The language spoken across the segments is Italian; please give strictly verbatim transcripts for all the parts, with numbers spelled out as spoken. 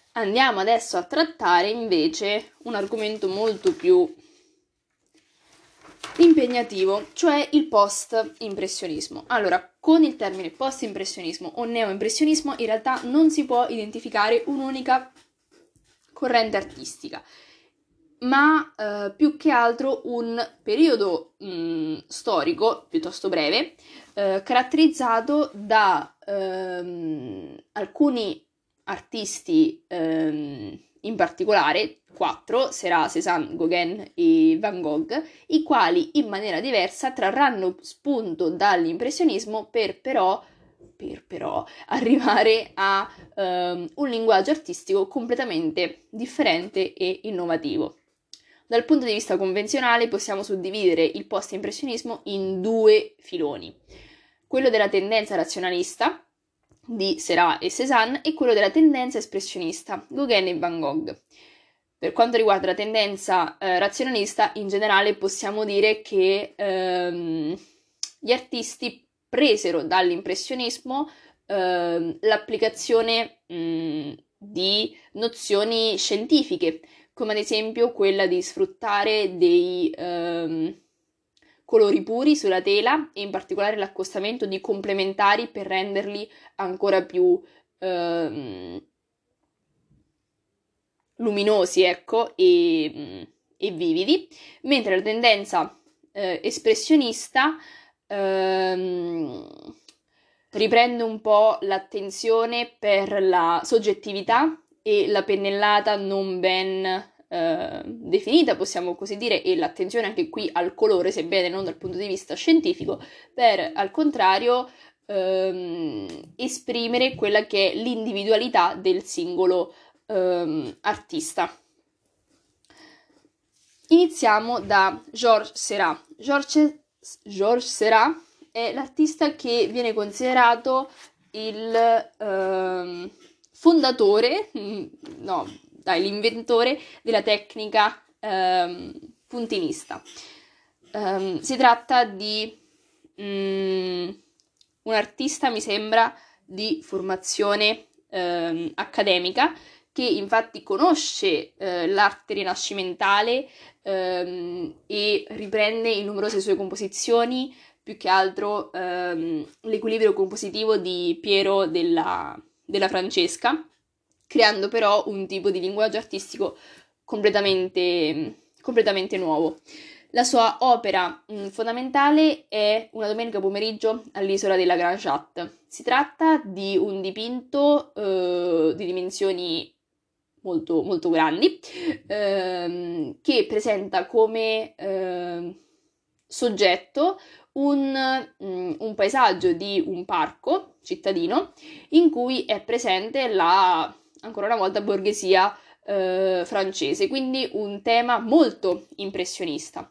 Andiamo adesso a trattare invece un argomento molto più impegnativo, cioè il post-impressionismo. Allora, con il termine post-impressionismo o neo-impressionismo in realtà non si può identificare un'unica corrente artistica, ma eh, più che altro un periodo mh, storico piuttosto breve, eh, caratterizzato da ehm, alcuni artisti ehm, in particolare, quattro, Seurat, Cézanne, Gauguin e Van Gogh, i quali in maniera diversa trarranno spunto dall'impressionismo per però, per però arrivare a um, un linguaggio artistico completamente differente e innovativo. Dal punto di vista convenzionale possiamo suddividere il post-impressionismo in due filoni, quello della tendenza razionalista di Seurat e Cézanne e quello della tendenza espressionista, Gauguin e Van Gogh. Per quanto riguarda la tendenza eh, razionalista, in generale possiamo dire che ehm, gli artisti presero dall'impressionismo ehm, l'applicazione mh, di nozioni scientifiche, come ad esempio quella di sfruttare dei ehm, colori puri sulla tela e in particolare l'accostamento di complementari per renderli ancora più ehm, luminosi, ecco, e, e vividi, mentre la tendenza eh, espressionista ehm, riprende un po' l'attenzione per la soggettività e la pennellata non ben eh, definita, possiamo così dire, e l'attenzione anche qui al colore, sebbene non dal punto di vista scientifico, per al contrario ehm, esprimere quella che è l'individualità del singolo ehm, artista. Iniziamo da Georges Seurat. Georges, Georges Seurat è l'artista che viene considerato il ehm, fondatore, no, dai, l'inventore della tecnica ehm, puntinista. Um, si tratta di um, un artista, mi sembra, di formazione ehm, accademica, che infatti conosce eh, l'arte rinascimentale ehm, e riprende in numerose sue composizioni, più che altro ehm, l'equilibrio compositivo di Piero della, della Francesca, creando però un tipo di linguaggio artistico completamente, completamente nuovo. La sua opera mh, fondamentale è Una domenica pomeriggio all'isola della Gran Jatte. Si tratta di un dipinto eh, di dimensioni molto, molto grandi, ehm, che presenta come eh, soggetto un, mm, un paesaggio di un parco cittadino in cui è presente la, ancora una volta, borghesia eh, francese, quindi un tema molto impressionista.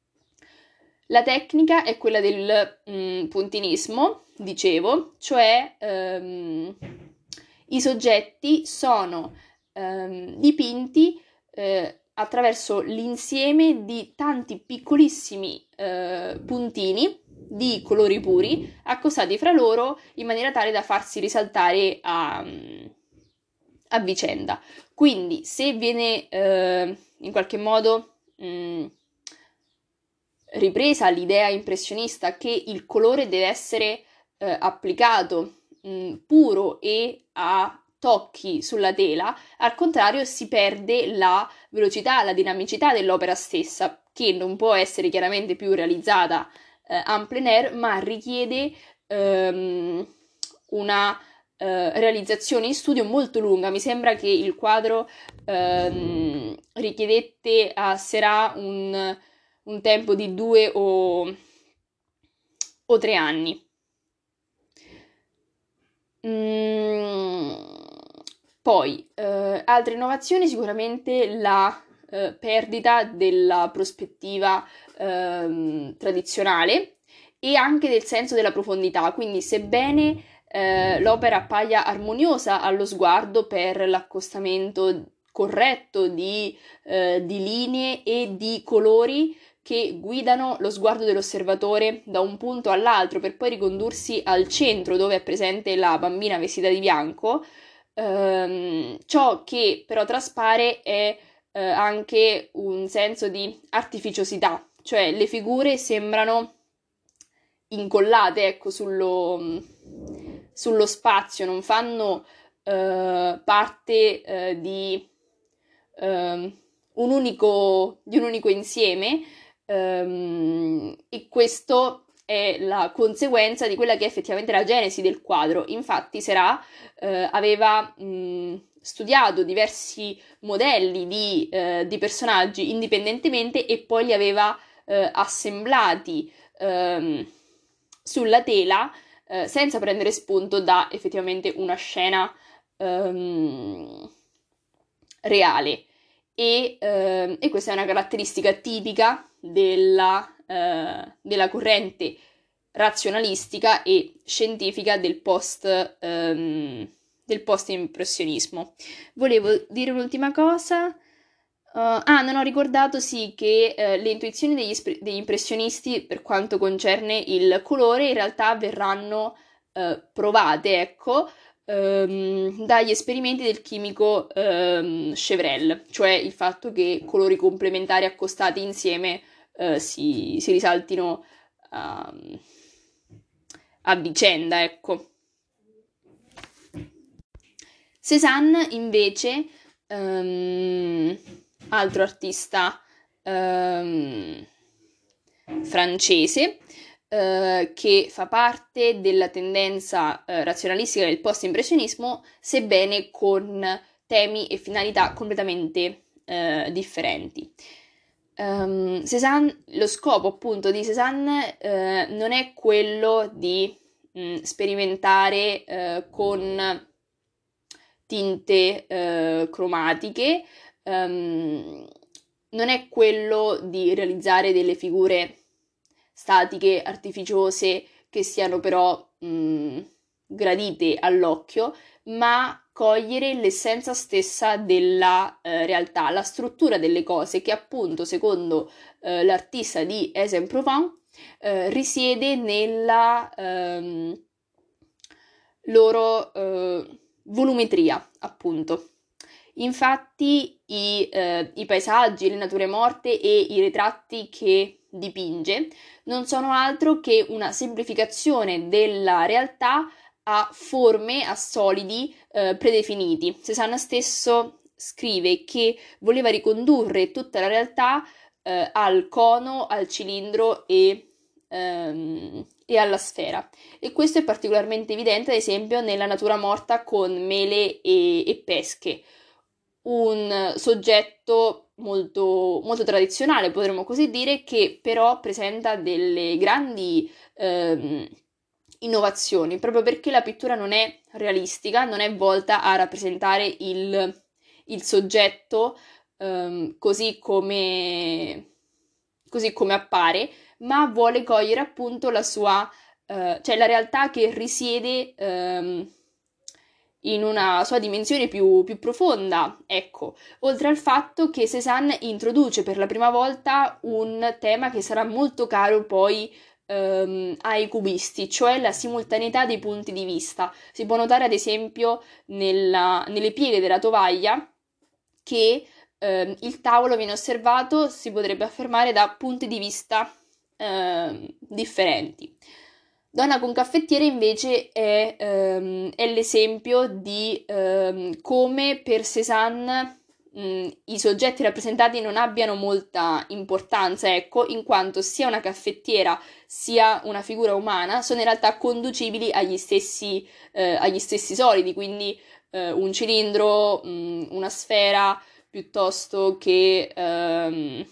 La tecnica è quella del mm, puntinismo, dicevo, cioè ehm, i soggetti sono ehm, dipinti eh, attraverso l'insieme di tanti piccolissimi eh, puntini di colori puri accostati fra loro in maniera tale da farsi risaltare a, a vicenda. Quindi se viene eh, in qualche modo mh, ripresa l'idea impressionista che il colore deve essere eh, applicato mh, puro e a tocchi sulla tela, al contrario si perde la velocità, la dinamicità dell'opera stessa, che non può essere chiaramente più realizzata eh, en plein air, ma richiede ehm, una eh, realizzazione in studio molto lunga. Mi sembra che il quadro ehm, richiedette a Seurat un un tempo di due o, o tre anni. Mm, poi, eh, altre innovazioni, sicuramente la eh, perdita della prospettiva ehm, tradizionale e anche del senso della profondità, quindi sebbene eh, l'opera appaia armoniosa allo sguardo per l'accostamento corretto di, eh, di linee e di colori, che guidano lo sguardo dell'osservatore da un punto all'altro per poi ricondursi al centro dove è presente la bambina vestita di bianco, Ehm, ciò che però traspare è eh, anche un senso di artificiosità, cioè le figure sembrano incollate, ecco, sullo, sullo spazio, non fanno eh, parte eh, di, ehm, un unico, di un unico insieme, ehm, e questo è la conseguenza di quella che è effettivamente la genesi del quadro. Infatti Seurat eh, aveva mh, studiato diversi modelli di, eh, di personaggi indipendentemente e poi li aveva eh, assemblati ehm, sulla tela eh, senza prendere spunto da effettivamente una scena ehm, reale. E, ehm, e questa è una caratteristica tipica della, eh, della corrente razionalistica e scientifica del post, ehm, del post-impressionismo. Volevo dire un'ultima cosa. Uh, ah, non ho ricordato, sì, che eh, le intuizioni degli, espre- degli impressionisti per quanto concerne il colore in realtà verranno eh, provate, ecco, ehm, dagli esperimenti del chimico ehm, Chevreul, cioè il fatto che colori complementari accostati insieme eh, si, si risaltino um, a vicenda, ecco. Cézanne invece, ehm, altro artista ehm, francese, eh, che fa parte della tendenza eh, razionalistica del post-impressionismo, sebbene con temi e finalità completamente eh, differenti. Um, Cézanne, lo scopo appunto di Cézanne eh, non è quello di mh, sperimentare eh, con tinte eh, cromatiche, um, non è quello di realizzare delle figure statiche, artificiose, che siano però mh, gradite all'occhio, ma cogliere l'essenza stessa della eh, realtà, la struttura delle cose che appunto, secondo eh, l'artista di Aix-en-Provence, eh, risiede nella ehm, loro eh, volumetria, appunto. Infatti i, eh, i paesaggi, le nature morte e i ritratti che dipinge non sono altro che una semplificazione della realtà a forme, a solidi eh, predefiniti. Cézanne stesso scrive che voleva ricondurre tutta la realtà eh, al cono, al cilindro e, ehm, e alla sfera. E questo è particolarmente evidente, ad esempio, nella natura morta con mele e, e pesche, un soggetto molto, molto tradizionale, potremmo così dire, che però presenta delle grandi ehm, innovazioni, proprio perché la pittura non è realistica, non è volta a rappresentare il, il soggetto ehm, così come, così come appare, ma vuole cogliere appunto la sua, eh, cioè la realtà che risiede ehm, in una sua dimensione più, più profonda, ecco, oltre al fatto che Cézanne introduce per la prima volta un tema che sarà molto caro poi ehm, ai cubisti, cioè la simultaneità dei punti di vista. Si può notare ad esempio nella- nelle pieghe della tovaglia che ehm, il tavolo viene osservato, si potrebbe affermare, da punti di vista ehm, differenti. Donna con caffettiere invece è, ehm, è l'esempio di ehm, come per Cézanne mh, i soggetti rappresentati non abbiano molta importanza, ecco, in quanto sia una caffettiera sia una figura umana sono in realtà conducibili agli stessi, eh, agli stessi solidi, quindi eh, un cilindro, mh, una sfera, piuttosto che ehm,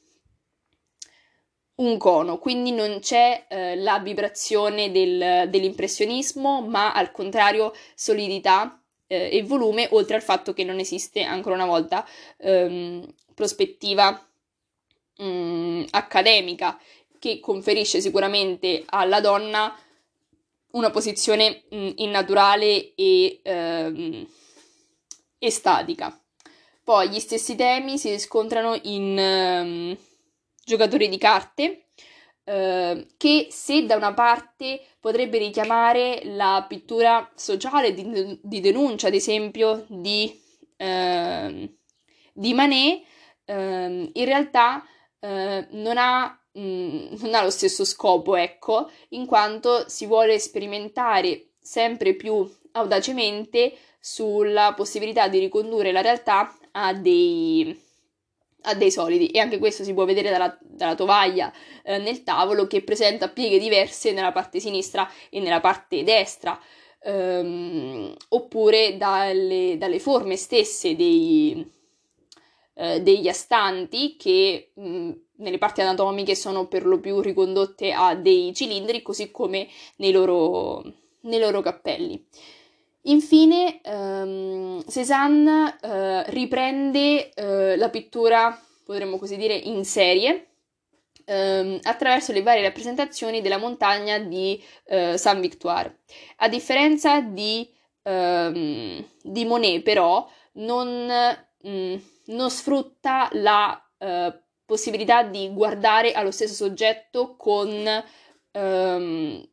un cono, quindi non c'è eh, la vibrazione del- dell'impressionismo, ma al contrario solidità eh, e volume, oltre al fatto che non esiste ancora una volta ehm, prospettiva mm, accademica che conferisce sicuramente alla donna una posizione mm, innaturale e ehm, estatica. Poi gli stessi temi si riscontrano in ehm, giocatori di carte, eh, che se da una parte potrebbe richiamare la pittura sociale di, di denuncia, ad esempio, di, eh, di Manet, eh, in realtà eh, non ha, mh, non ha lo stesso scopo, ecco, in quanto si vuole sperimentare sempre più audacemente sulla possibilità di ricondurre la realtà a dei, a dei solidi, e anche questo si può vedere dalla, dalla tovaglia eh, nel tavolo, che presenta pieghe diverse nella parte sinistra e nella parte destra, ehm, oppure dalle, dalle forme stesse dei, eh, degli astanti, che mh, nelle parti anatomiche sono per lo più ricondotte a dei cilindri, così come nei loro, nei loro cappelli. Infine, ehm, Cézanne eh, riprende eh, la pittura, potremmo così dire, in serie, ehm, attraverso le varie rappresentazioni della montagna di eh, Saint-Victoire. A differenza di, ehm, di Monet, però, non, mh, non sfrutta la eh, possibilità di guardare allo stesso soggetto con ehm,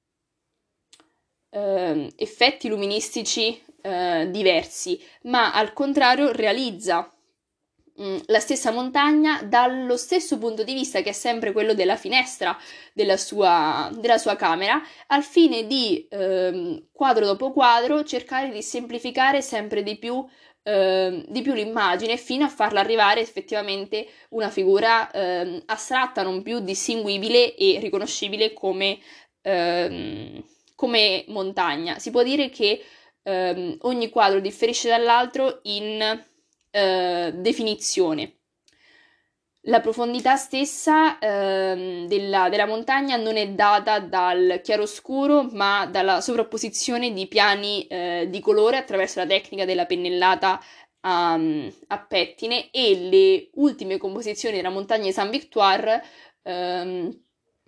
eh, effetti luministici eh, diversi, ma al contrario realizza mh, la stessa montagna dallo stesso punto di vista, che è sempre quello della finestra della sua, della sua camera, al fine di, ehm, quadro dopo quadro, cercare di semplificare sempre di più, ehm, di più l'immagine, fino a farla arrivare effettivamente una figura ehm, astratta, non più distinguibile e riconoscibile come, ehm, come montagna. Si può dire che ehm, ogni quadro differisce dall'altro in eh, definizione. La profondità stessa ehm, della, della montagna non è data dal chiaroscuro, ma dalla sovrapposizione di piani eh, di colore attraverso la tecnica della pennellata a, a pettine, e le ultime composizioni della montagna di Saint-Victoire, ehm,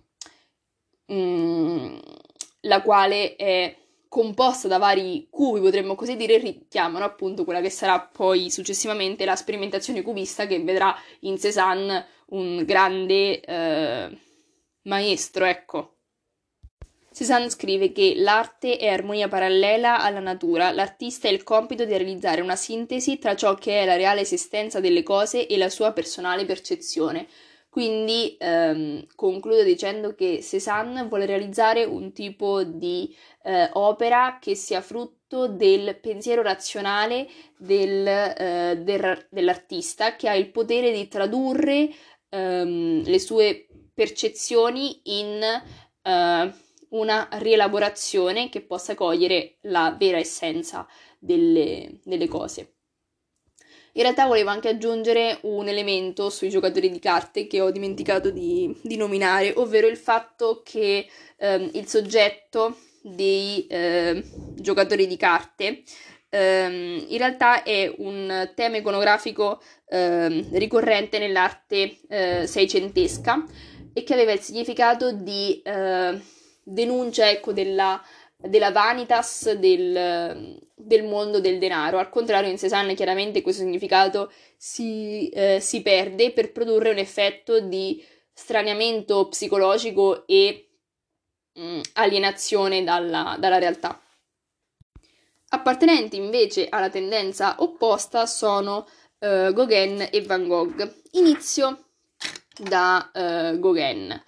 mh, la quale è composta da vari cubi, potremmo così dire, richiamano appunto quella che sarà poi successivamente la sperimentazione cubista, che vedrà in Cézanne un grande eh, maestro, ecco. Cézanne scrive che l'arte è armonia parallela alla natura, l'artista ha il compito di realizzare una sintesi tra ciò che è la reale esistenza delle cose e la sua personale percezione. Quindi ehm, concludo dicendo che Cézanne vuole realizzare un tipo di eh, opera che sia frutto del pensiero razionale del, eh, del, dell'artista, che ha il potere di tradurre ehm, le sue percezioni in eh, una rielaborazione che possa cogliere la vera essenza delle, delle cose. In realtà volevo anche aggiungere un elemento sui giocatori di carte che ho dimenticato di, di nominare, ovvero il fatto che ehm, il soggetto dei eh, giocatori di carte ehm, in realtà è un tema iconografico ehm, ricorrente nell'arte eh, seicentesca, e che aveva il significato di eh, denuncia, ecco, della della vanitas del, del mondo del denaro. Al contrario, in Cézanne chiaramente questo significato si, eh, si perde per produrre un effetto di straniamento psicologico e mh, alienazione dalla, dalla realtà. Appartenenti invece alla tendenza opposta sono eh, Gauguin e Van Gogh. Inizio da eh, Gauguin.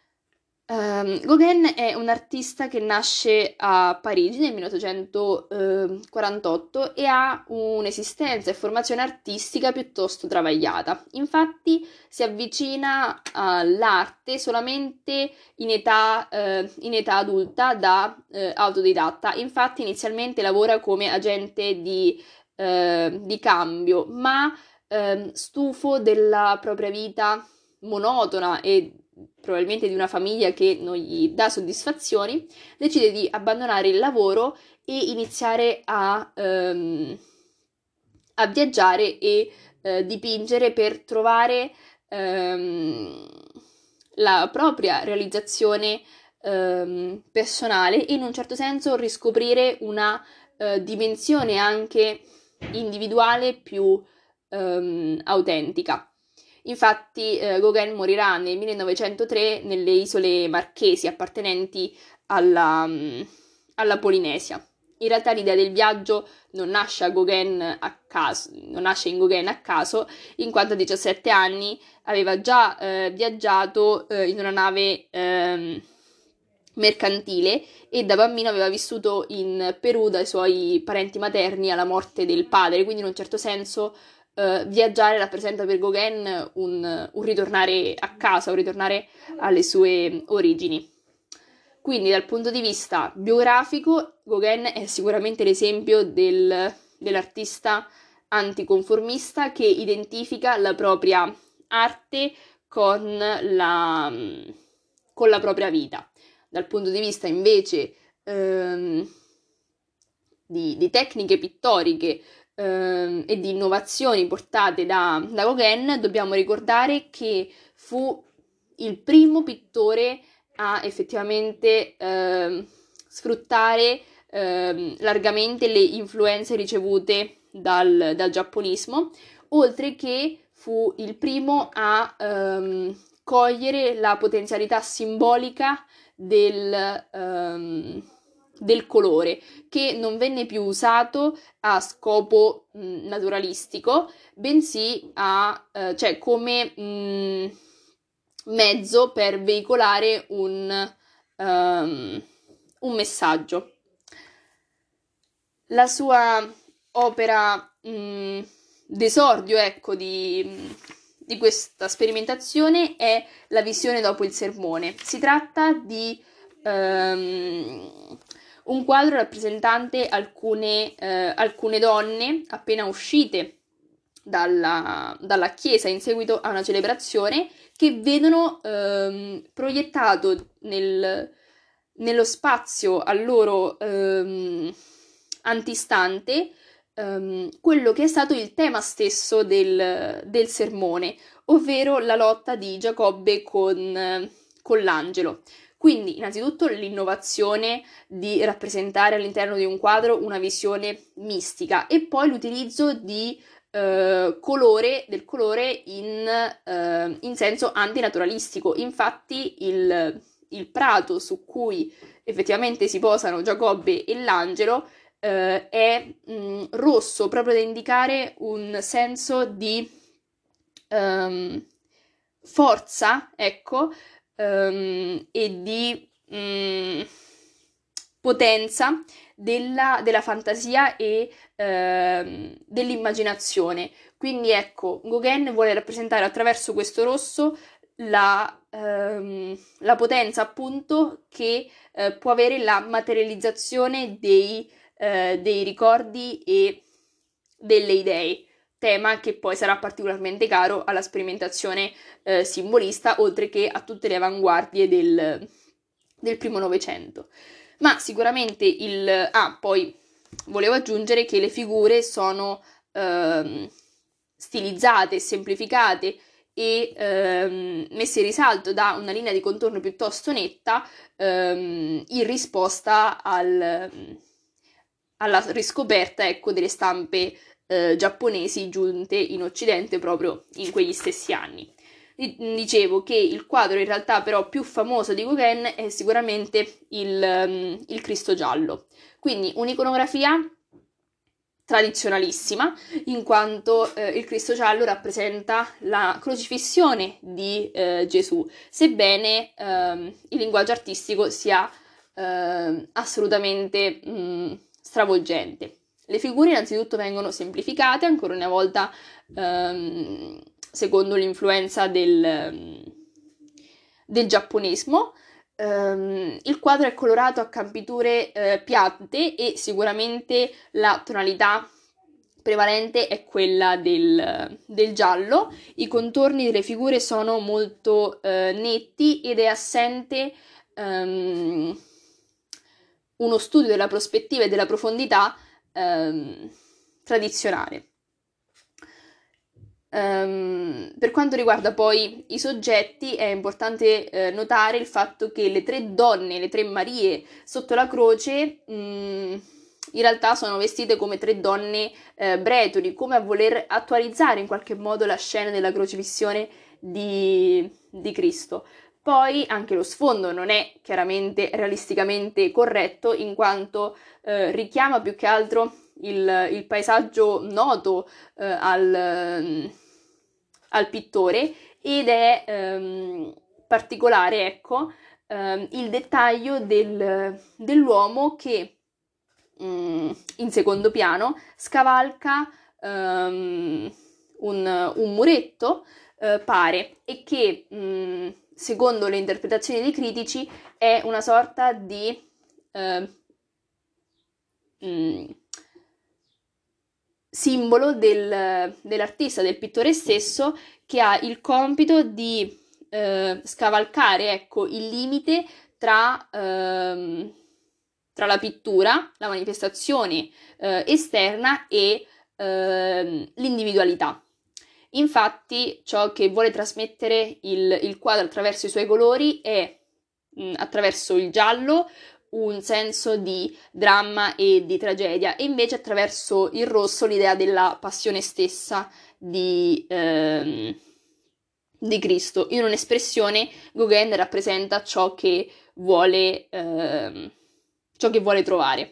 Um, Gauguin è un artista che nasce a Parigi nel milleottocentoquarantotto e ha un'esistenza e formazione artistica piuttosto travagliata. Infatti si avvicina all'arte solamente in età, uh, in età adulta da uh, autodidatta. Infatti inizialmente lavora come agente di, uh, di cambio, ma uh, stufo della propria vita monotona e probabilmente di una famiglia che non gli dà soddisfazioni, decide di abbandonare il lavoro e iniziare a, um, a viaggiare e uh, dipingere per trovare um, la propria realizzazione um, personale e in un certo senso riscoprire una uh, dimensione anche individuale più um, autentica. Infatti eh, Gauguin morirà nel millenovecentotre nelle isole Marchesi appartenenti alla, mm, alla Polinesia. In realtà l'idea del viaggio non nasce a Gauguin a caso, non nasce in Gauguin a caso, in quanto a diciassette anni aveva già eh, viaggiato eh, in una nave eh, mercantile e da bambino aveva vissuto in Perù dai suoi parenti materni alla morte del padre, quindi in un certo senso eh, viaggiare rappresenta per Gauguin un, un ritornare a casa, un ritornare alle sue origini. Quindi dal punto di vista biografico, Gauguin è sicuramente l'esempio del, dell'artista anticonformista che identifica la propria arte con la, con la propria vita. Dal punto di vista invece ehm, di, di tecniche pittoriche ehm, e di innovazioni portate da, da Gauguin, dobbiamo ricordare che fu il primo pittore a effettivamente ehm, sfruttare ehm, largamente le influenze ricevute dal, dal giapponismo, oltre che fu il primo a ehm, cogliere la potenzialità simbolica del, um, del colore, che non venne più usato a scopo mh, naturalistico, bensì a, uh, cioè come mh, mezzo per veicolare un, um, un messaggio. La sua opera mh, d'esordio, ecco, di, di questa sperimentazione è La visione dopo il sermone. Si tratta di um, un quadro rappresentante alcune, uh, alcune donne appena uscite dalla, dalla chiesa in seguito a una celebrazione che vedono um, proiettato nel, nello spazio a loro um, antistante um, quello che è stato il tema stesso del, del sermone, ovvero la lotta di Giacobbe con, con l'angelo. Quindi, innanzitutto, l'innovazione di rappresentare all'interno di un quadro una visione mistica e poi l'utilizzo di eh, colore, del colore in, eh, in senso antinaturalistico. Infatti, il, il prato su cui effettivamente si posano Giacobbe e l'angelo eh, è mh, rosso, proprio da indicare un senso di um, forza, ecco, um, e di um, potenza della, della fantasia e um, dell'immaginazione. Quindi ecco, Gauguin vuole rappresentare attraverso questo rosso la, um, la potenza appunto che uh, può avere la materializzazione dei, uh, dei ricordi e delle idee, tema che poi sarà particolarmente caro alla sperimentazione eh, simbolista, oltre che a tutte le avanguardie del, del primo Novecento. Ma sicuramente il... Ah, poi volevo aggiungere che le figure sono ehm, stilizzate, semplificate e ehm, messe in risalto da una linea di contorno piuttosto netta ehm, in risposta al, alla riscoperta, ecco, delle stampe eh, giapponesi giunte in Occidente proprio in quegli stessi anni. Dicevo che il quadro in realtà però più famoso di Gauguin è sicuramente il, um, il Cristo giallo, quindi un'iconografia tradizionalissima, in quanto eh, il Cristo giallo rappresenta la crocifissione di eh, Gesù, sebbene ehm, il linguaggio artistico sia eh, assolutamente mh, stravolgente. Le figure innanzitutto vengono semplificate, ancora una volta ehm, secondo l'influenza del, del giapponismo. Um, il quadro è colorato a campiture eh, piatte e sicuramente la tonalità prevalente è quella del, del giallo. I contorni delle figure sono molto eh, netti ed è assente um, uno studio della prospettiva e della profondità um, tradizionale. Um, per quanto riguarda poi i soggetti, è importante eh, notare il fatto che le tre donne, le tre Marie sotto la croce, mh, in realtà sono vestite come tre donne eh, bretoni, come a voler attualizzare in qualche modo la scena della crocifissione di, di Cristo. Poi anche lo sfondo non è chiaramente realisticamente corretto, in quanto eh, richiama più che altro il, il paesaggio noto eh, al, al pittore, ed è ehm, particolare, ecco, ehm, il dettaglio del, dell'uomo che mh, in secondo piano scavalca ehm, un, un muretto, eh, pare, e che mh, secondo le interpretazioni dei critici è una sorta di eh, mh, simbolo del, dell'artista, del pittore stesso, che ha il compito di eh, scavalcare, ecco, il limite tra, ehm, tra la pittura, la manifestazione eh, esterna e ehm, l'individualità. Infatti, ciò che vuole trasmettere il, il quadro attraverso i suoi colori è, mh, attraverso il giallo, un senso di dramma e di tragedia, e invece attraverso il rosso l'idea della passione stessa di, ehm, di Cristo. In un'espressione, Gauguin rappresenta ciò che vuole, ehm, ciò che vuole trovare.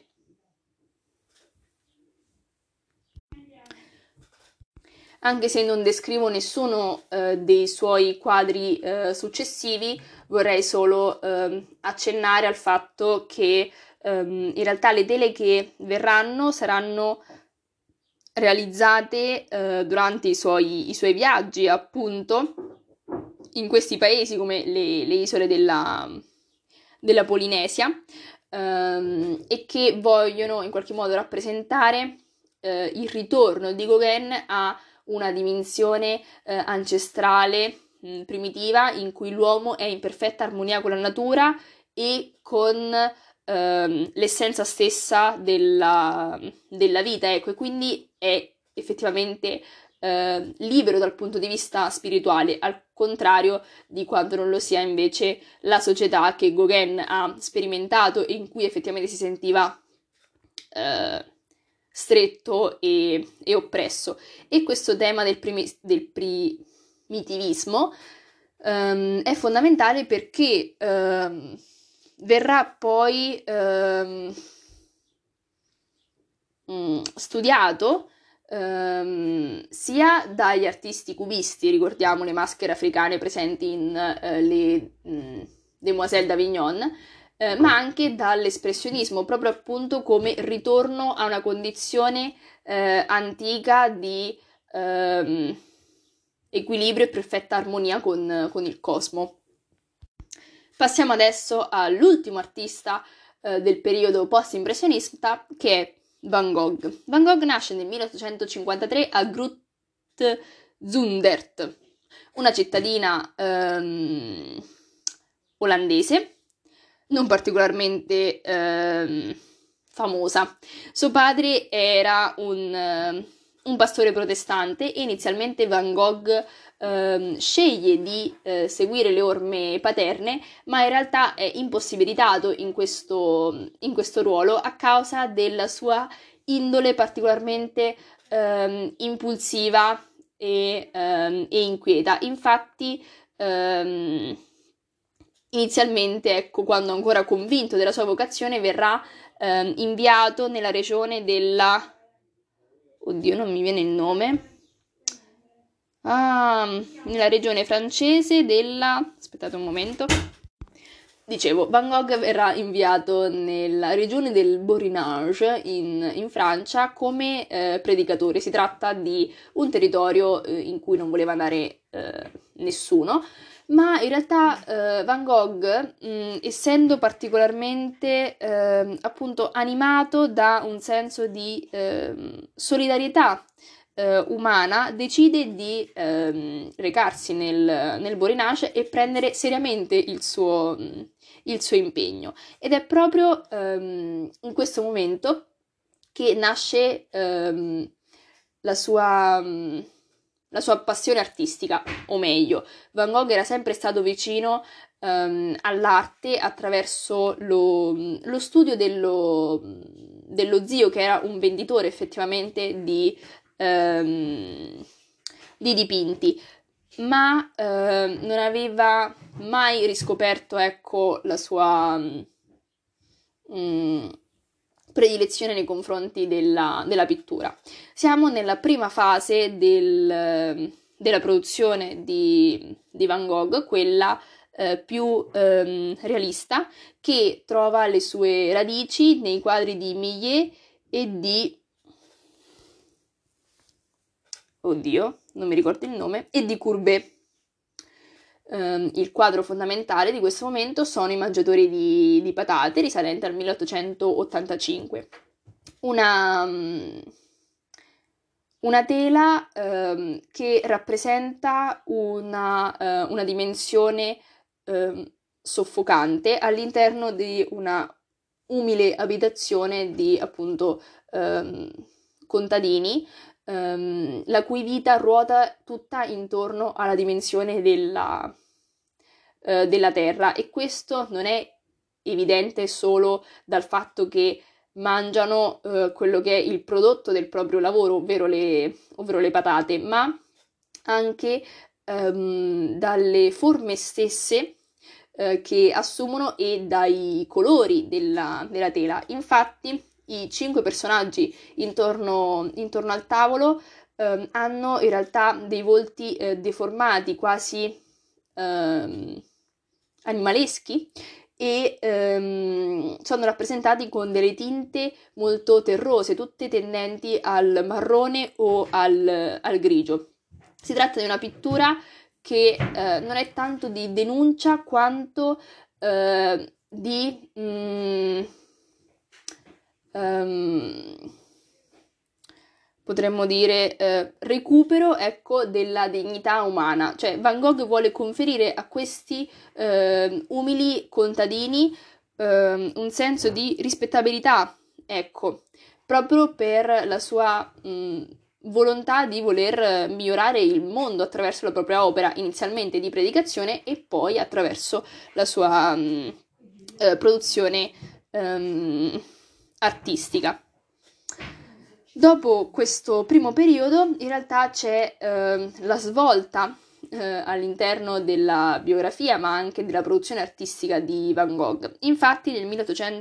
Anche se non descrivo nessuno eh, dei suoi quadri eh, successivi, vorrei solo eh, accennare al fatto che ehm, in realtà le tele che verranno saranno realizzate eh, durante i suoi, i suoi viaggi, appunto, in questi paesi come le, le isole della, della Polinesia, ehm, e che vogliono in qualche modo rappresentare eh, il ritorno di Gauguin a una dimensione eh, ancestrale, mh, primitiva, in cui l'uomo è in perfetta armonia con la natura e con ehm, l'essenza stessa della, della vita, ecco, e quindi è effettivamente eh, libero dal punto di vista spirituale, al contrario di quanto non lo sia invece la società che Gauguin ha sperimentato e in cui effettivamente si sentiva eh, stretto e, e oppresso. E questo tema del, primi- del primitivismo ehm, è fondamentale perché ehm, verrà poi ehm, mh, studiato ehm, sia dagli artisti cubisti, ricordiamo le maschere africane presenti in eh, le mh, Demoiselles d'Avignon, eh, ma anche dall'espressionismo, proprio appunto come ritorno a una condizione eh, antica di ehm, equilibrio e perfetta armonia con, con il cosmo. Passiamo adesso all'ultimo artista eh, del periodo post-impressionista, che è Van Gogh. Van Gogh nasce nel milleottocentocinquantatré a Groot-Zundert, una cittadina ehm, olandese, non particolarmente ehm, famosa. Suo padre era un, eh, un pastore protestante e inizialmente Van Gogh ehm, sceglie di eh, seguire le orme paterne, ma in realtà è impossibilitato in questo, in questo ruolo a causa della sua indole particolarmente ehm, impulsiva e, ehm, e inquieta. Infatti, ehm, inizialmente, ecco, quando ancora convinto della sua vocazione, verrà ehm, inviato nella regione della... Oddio, non mi viene il nome. Ah, nella regione francese della... Aspettate un momento. Dicevo, Van Gogh verrà inviato nella regione del Borinage in, in Francia come eh, predicatore. Si tratta di un territorio eh, in cui non voleva andare eh, nessuno, ma in realtà eh, Van Gogh, mh, essendo particolarmente eh, appunto animato da un senso di eh, solidarietà eh, umana, decide di ehm, recarsi nel, nel Borinage e prendere seriamente il suo, il suo impegno. Ed è proprio ehm, in questo momento che nasce ehm, la sua, la sua passione artistica, o meglio, Van Gogh era sempre stato vicino um, all'arte attraverso lo, lo studio dello, dello zio, che era un venditore effettivamente di, um, di dipinti, ma uh, non aveva mai riscoperto, ecco, la sua um, predilezione nei confronti della, della pittura. Siamo nella prima fase del, della produzione di, di Van Gogh, quella eh, più ehm, realista, che trova le sue radici nei quadri di Millet e di... oddio, non mi ricordo il nome, e di Courbet. Um, il quadro fondamentale di questo momento sono i Mangiatori di, di patate, risalente al milleottocentottantacinque. Una, um, una tela um, che rappresenta una, uh, una dimensione um, soffocante all'interno di una umile abitazione di, appunto, um, contadini, Um, la cui vita ruota tutta intorno alla dimensione della, uh, della terra, e questo non è evidente solo dal fatto che mangiano uh, quello che è il prodotto del proprio lavoro, ovvero le, ovvero le patate, ma anche um, dalle forme stesse uh, che assumono e dai colori della, della tela. Infatti i cinque personaggi intorno, intorno al tavolo ehm, hanno in realtà dei volti eh, deformati, quasi ehm, animaleschi, e ehm, sono rappresentati con delle tinte molto terrose, tutte tendenti al marrone o al, al grigio. Si tratta di una pittura che eh, non è tanto di denuncia quanto eh, di... Mm, Um, potremmo dire eh, recupero, ecco, della dignità umana. Cioè Van Gogh vuole conferire a questi eh, umili contadini eh, un senso di rispettabilità, ecco, proprio per la sua mh, volontà di voler migliorare il mondo attraverso la propria opera, inizialmente di predicazione e poi attraverso la sua mh, eh, produzione um, artistica. Dopo questo primo periodo, in realtà c'è eh, la svolta eh, all'interno della biografia, ma anche della produzione artistica di Van Gogh. Infatti, nel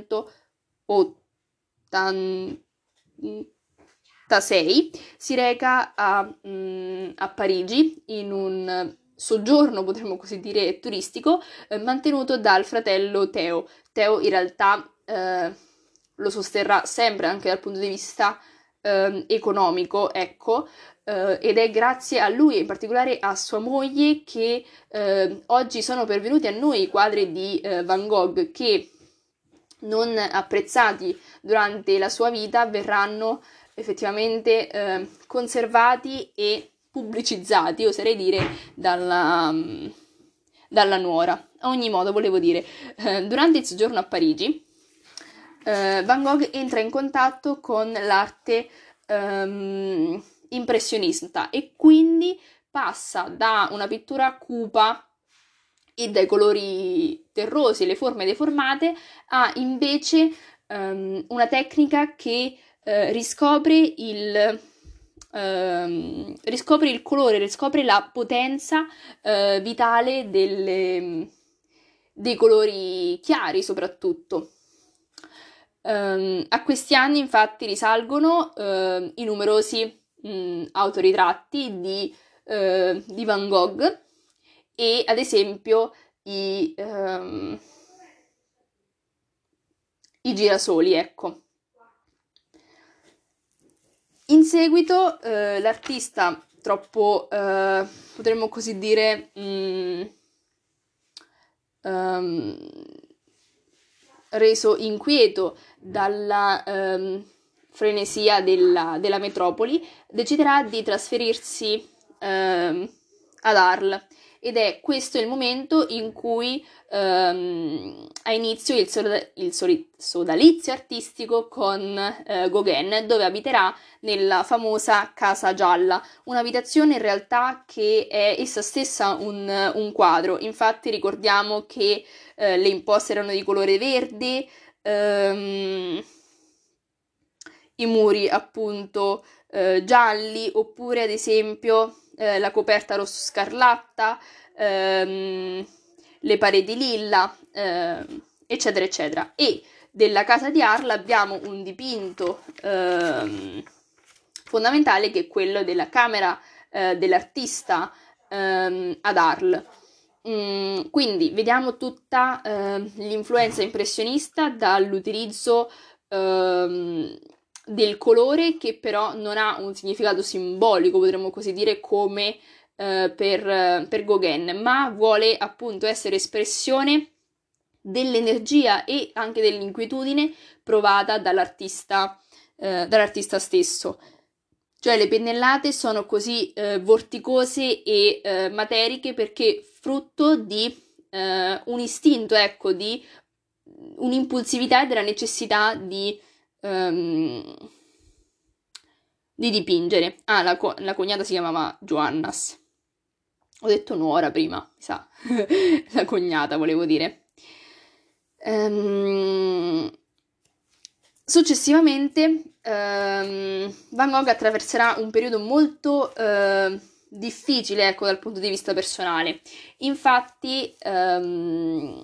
milleottocentottantasei si reca a, mh, a Parigi in un soggiorno, potremmo così dire, turistico, eh, mantenuto dal fratello Teo. Teo in realtà eh, lo sosterrà sempre anche dal punto di vista eh, economico, ecco, eh, ed è grazie a lui e in particolare a sua moglie che eh, oggi sono pervenuti a noi i quadri di eh, Van Gogh che, non apprezzati durante la sua vita, verranno effettivamente eh, conservati e pubblicizzati, oserei dire, dalla, dalla nuora. A ogni modo, volevo dire, eh, durante il soggiorno a Parigi, eh, Van Gogh entra in contatto con l'arte ehm, impressionista e quindi passa da una pittura cupa e dai colori terrosi, le forme deformate, a invece ehm, una tecnica che eh, riscopre il ehm, riscopre il colore, riscopre la potenza eh, vitale delle, dei colori chiari soprattutto. Um, a questi anni infatti risalgono uh, i numerosi mh, autoritratti di, uh, di Van Gogh e ad esempio i, um, i girasoli, ecco. In seguito uh, l'artista troppo, uh, potremmo così dire, mh, um, reso inquieto dalla um, frenesia della, della metropoli, deciderà di trasferirsi um, ad Arles ed è questo il momento in cui ehm, ha inizio il, soda- il soli- sodalizio artistico con eh, Gauguin, dove abiterà nella famosa Casa Gialla, un'abitazione in realtà che è essa stessa un, un quadro. Infatti ricordiamo che eh, le imposte erano di colore verde, ehm, i muri appunto eh, gialli, oppure ad esempio eh, la coperta rosso scarlatta, ehm, le pareti lilla, ehm, eccetera eccetera. E della casa di Arles abbiamo un dipinto ehm, fondamentale, che è quello della camera eh, dell'artista ehm, ad Arles. Mm, quindi vediamo tutta eh, l'influenza impressionista dall'utilizzo ehm, del colore, che però non ha un significato simbolico, potremmo così dire, come eh, per, per Gauguin, ma vuole appunto essere espressione dell'energia e anche dell'inquietudine provata dall'artista, eh, dall'artista stesso. Cioè le pennellate sono così eh, vorticose e eh, materiche perché frutto di eh, un istinto, ecco, di un'impulsività e della necessità di, ehm, di dipingere. Ah, la, co- la cognata si chiamava Joannas. Ho detto nuora prima, mi sa. La cognata, volevo dire. Ehm, Successivamente ehm, Van Gogh attraverserà un periodo molto eh, difficile, ecco, dal punto di vista personale. Infatti, ehm,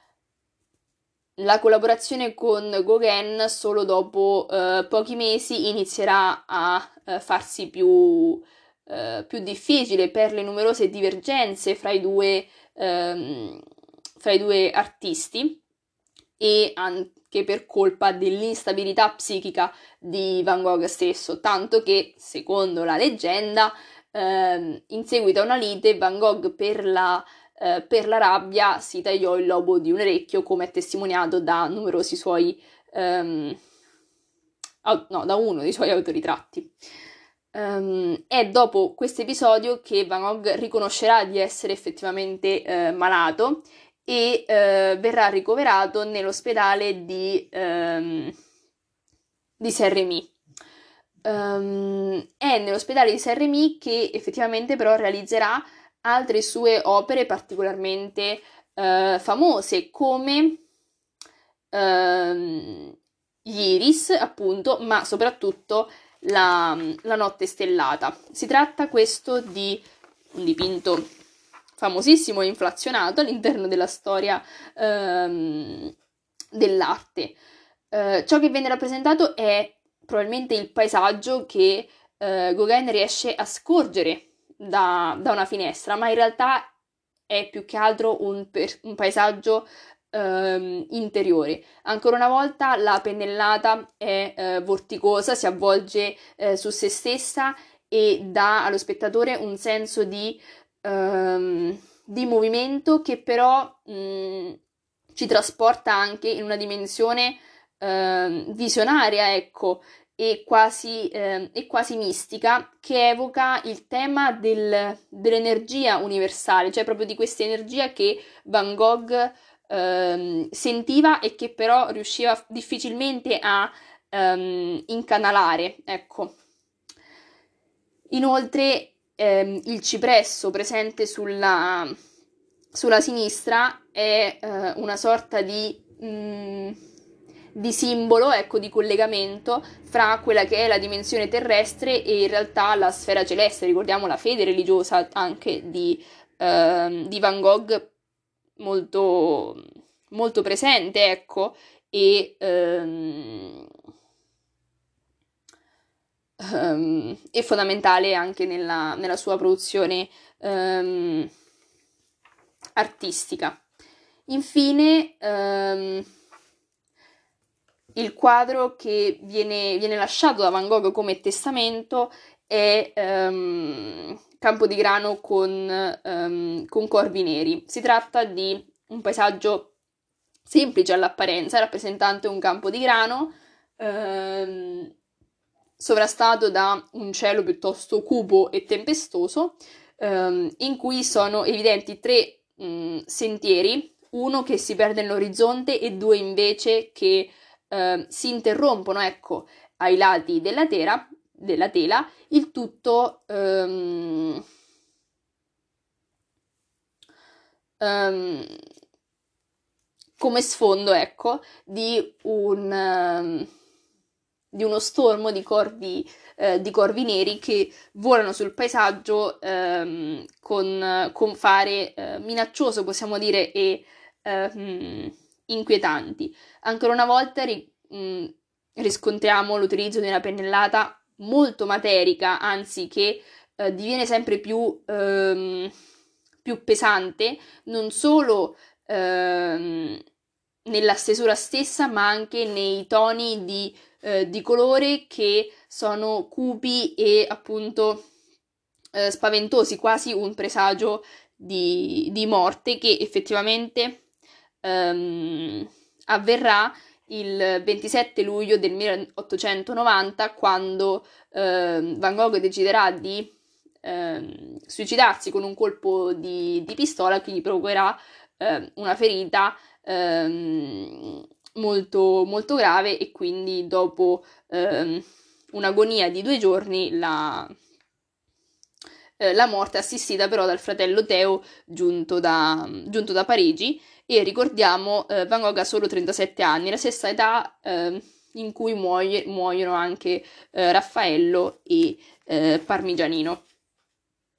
la collaborazione con Gauguin solo dopo eh, pochi mesi inizierà a eh, farsi più, eh, più difficile per le numerose divergenze fra i due, ehm, fra i due artisti, e anche per colpa dell'instabilità psichica di Van Gogh stesso, tanto che, secondo la leggenda, ehm, in seguito a una lite, Van Gogh per la Uh, per la rabbia si tagliò il lobo di un orecchio, come è testimoniato da numerosi suoi, um, au- no, da uno dei suoi autoritratti. Um, è dopo questo episodio che Van Gogh riconoscerà di essere effettivamente uh, malato e uh, verrà ricoverato nell'ospedale di, um, di Saint-Rémy. Um, è nell'ospedale di Saint-Rémy che effettivamente però realizzerà altre sue opere particolarmente uh, famose, come uh, gli Iris, appunto, ma soprattutto la, la Notte stellata. Si tratta questo di un dipinto famosissimo e inflazionato all'interno della storia um, dell'arte. Uh, ciò che viene rappresentato è probabilmente il paesaggio che uh, Gauguin riesce a scorgere da, da una finestra, ma in realtà è più che altro un, per, un paesaggio ehm, interiore. Ancora una volta la pennellata è eh, vorticosa, si avvolge eh, su se stessa e dà allo spettatore un senso di, ehm, di movimento, che però mh, ci trasporta anche in una dimensione ehm, visionaria, ecco, e quasi, eh, e quasi mistica, che evoca il tema del- dell'energia universale, cioè proprio di questa energia che Van Gogh ehm, sentiva e che però riusciva difficilmente a ehm, incanalare, ecco. Inoltre ehm, il cipresso presente sulla, sulla sinistra è eh, una sorta di, mm, di simbolo, ecco, di collegamento fra quella che è la dimensione terrestre e in realtà la sfera celeste. Ricordiamo la fede religiosa anche di, ehm, di Van Gogh, molto, molto presente, ecco, e ehm, um, è fondamentale anche nella, nella sua produzione um, artistica. Infine, um, il quadro che viene, viene lasciato da Van Gogh come testamento è um, Campo di grano con, um, con corvi neri. Si tratta di un paesaggio semplice all'apparenza, rappresentante un campo di grano ehm, sovrastato da un cielo piuttosto cupo e tempestoso, ehm, in cui sono evidenti tre mh, sentieri, uno che si perde nell'orizzonte e due invece che eh, si interrompono, ecco, ai lati della tela, della tela il tutto ehm, ehm, come sfondo, ecco, di un, ehm, di uno stormo di corvi, eh, di corvi neri che volano sul paesaggio ehm, con, con fare eh, minaccioso, possiamo dire, e ehm, inquietanti. Ancora una volta ri- mh, riscontriamo l'utilizzo di una pennellata molto materica, anzi che eh, diviene sempre più, ehm, più pesante, non solo ehm, nella stesura stessa, ma anche nei toni di, eh, di colore che sono cupi e appunto eh, spaventosi, quasi un presagio di, di morte che effettivamente ehm, avverrà il ventisette luglio del milleottocentonovanta, quando ehm, Van Gogh deciderà di ehm, suicidarsi con un colpo di, di pistola che gli provocherà ehm, una ferita ehm, molto, molto grave, e quindi dopo ehm, un'agonia di due giorni la, eh, la morte è assistita però dal fratello Teo giunto da, giunto da Parigi. E ricordiamo, eh, Van Gogh ha solo trentasette anni, la stessa età eh, in cui muoie- muoiono anche eh, Raffaello e eh, Parmigianino.